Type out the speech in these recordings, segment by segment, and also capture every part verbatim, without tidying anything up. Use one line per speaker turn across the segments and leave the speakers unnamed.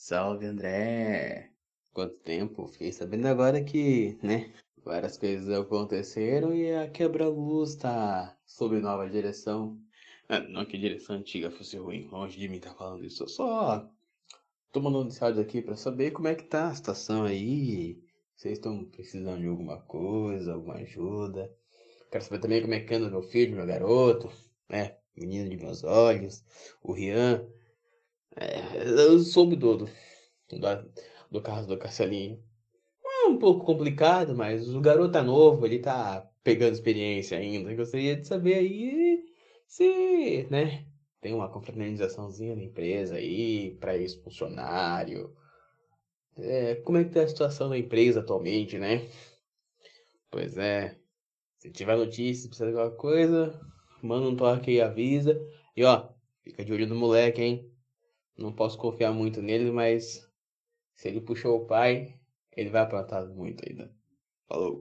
Salve, André! Quanto tempo? Fiquei sabendo agora que, né, várias coisas aconteceram e a Quebra-Luz tá sob nova direção. Ah, não que a direção antiga fosse ruim, longe de mim tá falando isso. Eu só tô mandando mensagem aqui pra saber como é que tá a situação aí. Vocês estão precisando de alguma coisa, alguma ajuda? Quero saber também como é que anda meu filho, meu garoto, né? Menino de meus olhos, o Rian. É, eu soube do, do, do, do caso do Castelinho. É um pouco complicado, mas o garoto tá novo, ele tá pegando experiência ainda. Eu gostaria de saber aí se, né, tem uma confraternizaçãozinha na empresa aí, para ex-funcionário. É, como é que tá a situação da empresa atualmente, né? Pois é, se tiver notícia, precisa de alguma coisa, manda um toque aí, e avisa. E ó, fica de olho no moleque, hein? Não posso confiar muito nele, mas se ele puxou o pai, ele vai aprontar muito ainda. Falou.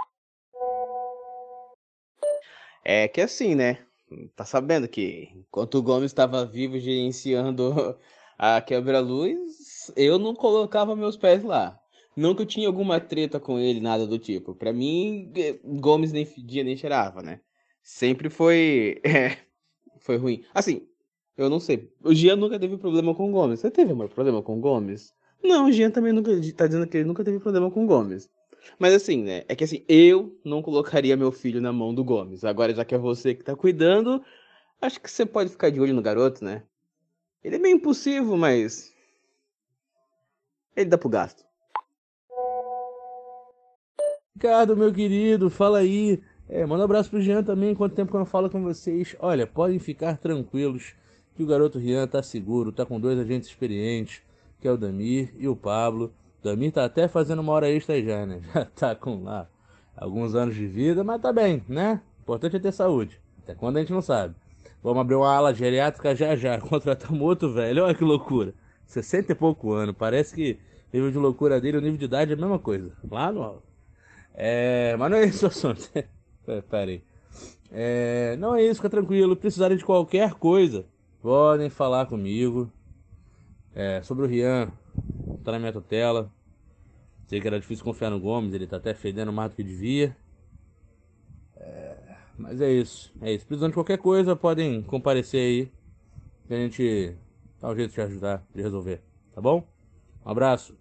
É que assim, né? Tá sabendo que enquanto o Gomes estava vivo gerenciando a quebra-luz, eu não colocava meus pés lá. Não que eu tinha alguma treta com ele, nada do tipo. Pra mim, eh, Gomes nem fedia nem cheirava, né? Sempre foi, é, foi ruim. Assim, eu não sei. O Jean nunca teve problema com o Gomes. Você teve algum problema com o Gomes? Não, o Jean também nunca tá dizendo que ele nunca teve problema com o Gomes. Mas assim, né? É que assim, eu não colocaria meu filho na mão do Gomes. Agora, já que é você que tá cuidando, acho que você pode ficar de olho no garoto, né? Ele é meio impulsivo, mas ele dá pro gasto.
Ricardo, meu querido, fala aí. É, manda um abraço pro Jean também, quanto tempo que eu não falo com vocês. Olha, podem ficar tranquilos que o garoto Rian tá seguro, tá com dois agentes experientes, que é o Damir e o Pablo. O Damir tá até fazendo uma hora extra já, né? Já tá com lá alguns anos de vida, mas tá bem, né? O importante é ter saúde. Até quando a gente não sabe. Vamos abrir uma ala geriátrica já já, contratar um outro velho, olha que loucura. Sessenta e pouco anos, parece que o nível de loucura dele e o nível de idade é a mesma coisa. Lá no alto. É, mas não é esse o assunto. Pera aí. É, não é isso, fica tranquilo. Precisarem de qualquer coisa, podem falar comigo. É, sobre o Rian, tá na minha tutela. Sei que era difícil confiar no Gomes, ele tá até fedendo mais do que devia. Mas é isso, é isso. Precisando de qualquer coisa, podem comparecer aí. Que a gente dá um jeito de te ajudar, de resolver. Tá bom? Um abraço.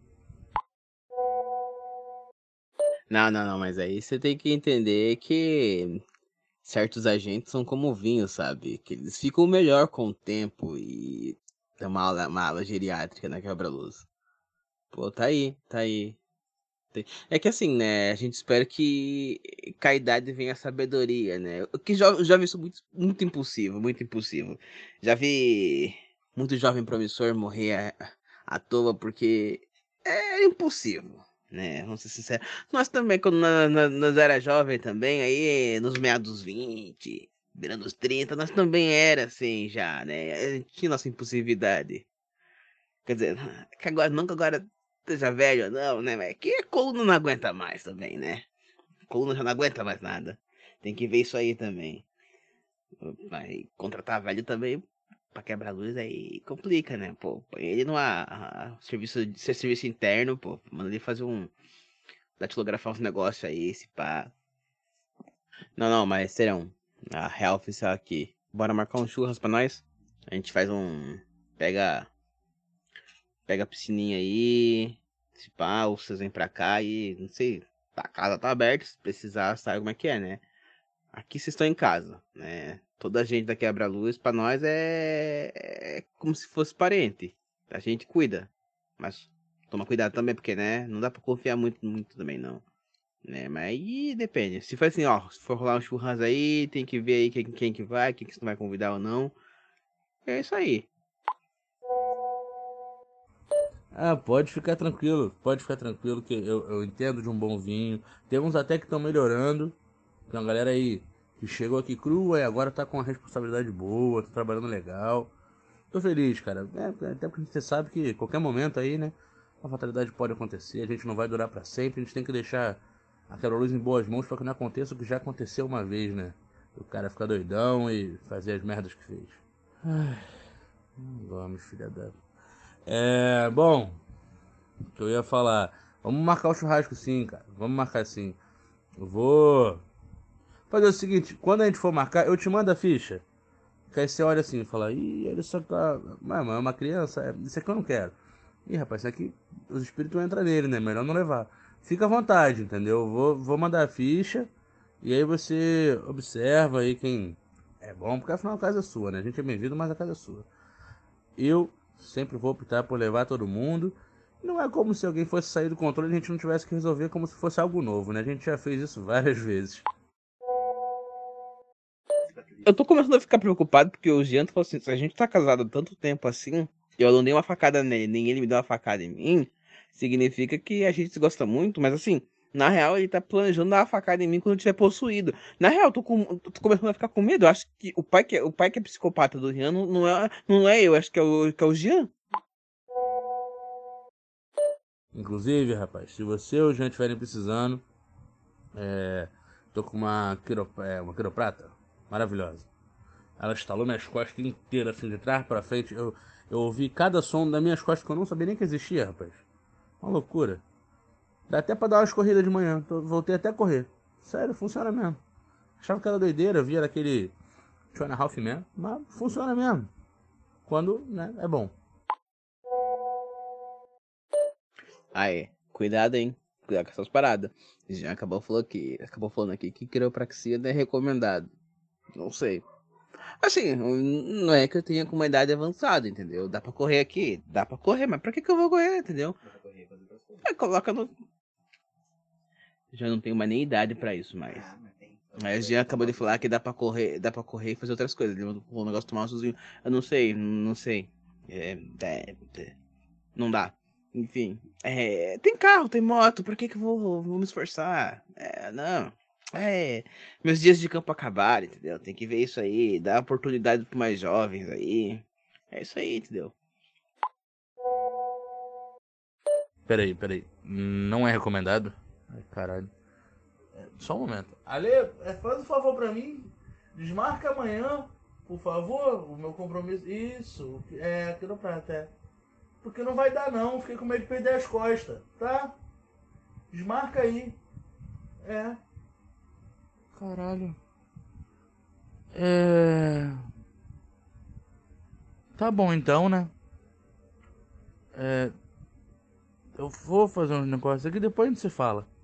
Não, não, não, mas aí você tem que entender que certos agentes são como vinho, sabe? Que eles ficam melhor com o tempo e tem uma ala, uma ala geriátrica na quebra-luz. Pô, tá aí, tá aí. Tem- É que assim, né? A gente espera que com a idade venha a sabedoria, né? O que já, já vi isso muito, muito impulsivo, muito impulsivo. Já vi muito jovem promissor morrer à, à toa porque é impulsivo, né? Vamos ser sinceros. Nós também, quando nós, nós, nós era jovem também, aí nos meados dos vinte, beirando os trinta, nós também era assim já, né? A gente tinha nossa impulsividade. Quer dizer, que agora, nunca agora esteja velho ou não, né? Mas é que a coluna não aguenta mais também, né? A coluna já não aguenta mais nada. Tem que ver isso aí também. Mas contratar velho também pra quebrar luz aí complica, né? Pô, põe ele numa a- serviço de ser serviço interno, pô. Manda ele fazer um. Datilografar uns negócios aí, se pá. Não, não, mas serão. A real oficial aqui. Bora marcar um churras pra nós? A gente faz um. Pega Pega a piscininha aí, se pá, ou vocês vêm pra cá e, não sei, a casa tá aberta, se precisar, sabe como é que é, né? Aqui vocês estão em casa, né? Toda a gente da Quebra-Luz, pra nós, é... é como se fosse parente. A gente cuida, mas toma cuidado também, porque, né, não dá pra confiar muito, muito também, não. Né, mas aí depende. Se for assim, ó, se for rolar um churras aí, tem que ver aí quem, quem que vai, quem que você não vai convidar ou não. É isso aí.
Ah, pode ficar tranquilo, pode ficar tranquilo que eu, eu entendo de um bom vinho. Tem uns até que estão melhorando. Tem uma galera aí que chegou aqui crua e agora tá com uma responsabilidade boa, tá trabalhando legal. Tô feliz, cara. É, até porque você sabe que qualquer momento aí, né? A fatalidade pode acontecer, a gente não vai durar pra sempre, a gente tem que deixar aquela luz em boas mãos pra que não aconteça o que já aconteceu uma vez, né? O cara ficar doidão e fazer as merdas que fez. Vamos, filha da. É, bom, o que eu ia falar. Vamos marcar o churrasco sim, cara. Vamos marcar sim. Eu vou fazer o seguinte, quando a gente for marcar, eu te mando a ficha. Que aí você olha assim e fala, ih, olha só, tá. Mas é uma criança, é, isso aqui eu não quero. Ih, rapaz, isso aqui, os espíritos entram nele, né? Melhor não levar. Fica à vontade, entendeu? Eu Vou, vou mandar a ficha. E aí você observa aí quem é bom, porque afinal a casa é sua, né? A gente é bem-vindo, mas a casa é sua. Eu sempre vou optar por levar todo mundo. Não é como se alguém fosse sair do controle e a gente não tivesse que resolver como se fosse algo novo, né? A gente já fez isso várias vezes.
Eu tô começando a ficar preocupado porque o Jean falou assim: se a gente tá casado há tanto tempo assim, eu não dei uma facada nele, nem ele me deu uma facada em mim, significa que a gente se gosta muito, mas assim, na real ele tá planejando dar uma facada em mim quando eu tiver possuído. Na real, eu tô, com, tô começando a ficar com medo. Eu acho que o pai que é, o pai que é psicopata do Jean não, não é, não é eu, acho que é o, que é o Jean.
Inclusive, rapaz, se você ou o Jean estiverem precisando, é, tô com uma, quiro, é, uma quiroprata maravilhosa. Ela estalou minhas costas inteiras, assim, de trás pra frente. Eu, eu ouvi cada som das minhas costas que eu não sabia nem que existia, rapaz. Uma loucura. Dá até pra dar umas corridas de manhã. Tô- voltei até a correr. Sério, funciona mesmo. Achava que era doideira, via aquele Two and a Half Men, mas funciona mesmo. Quando, né, é bom.
Aí, cuidado, hein? Cuidado com essas paradas. Já acabou falou que acabou falando aqui que quiropraxia não é recomendado. Não sei. Assim, não é que eu tenha com uma idade avançada, entendeu? Dá pra correr aqui, dá pra correr, mas pra que que eu vou correr, entendeu? É, coloca no. Já não tenho mais nem idade pra isso mais. Mas já acabou de falar que dá pra correr, dá pra correr e fazer outras coisas. O negócio de tomar um sozinho. Eu não sei, não sei. É, é, é, não dá. Enfim. É, tem carro, tem moto, por que que eu vou, vou me esforçar? É, não. É, meus dias de campo acabaram, entendeu? Tem que ver isso aí, dar oportunidade para mais jovens aí. É isso aí, entendeu?
Peraí, peraí. Não é recomendado? Ai, caralho. Só um momento. Ale, é, faz um favor pra mim. Desmarca amanhã, por favor, o meu compromisso. Isso, é quiroprata, é. Porque não vai dar não, fiquei com medo de perder as costas, tá? Desmarca aí. É. Caralho. É. Tá bom então, né? É. Eu vou fazer uns negócios aqui, depois a gente se fala.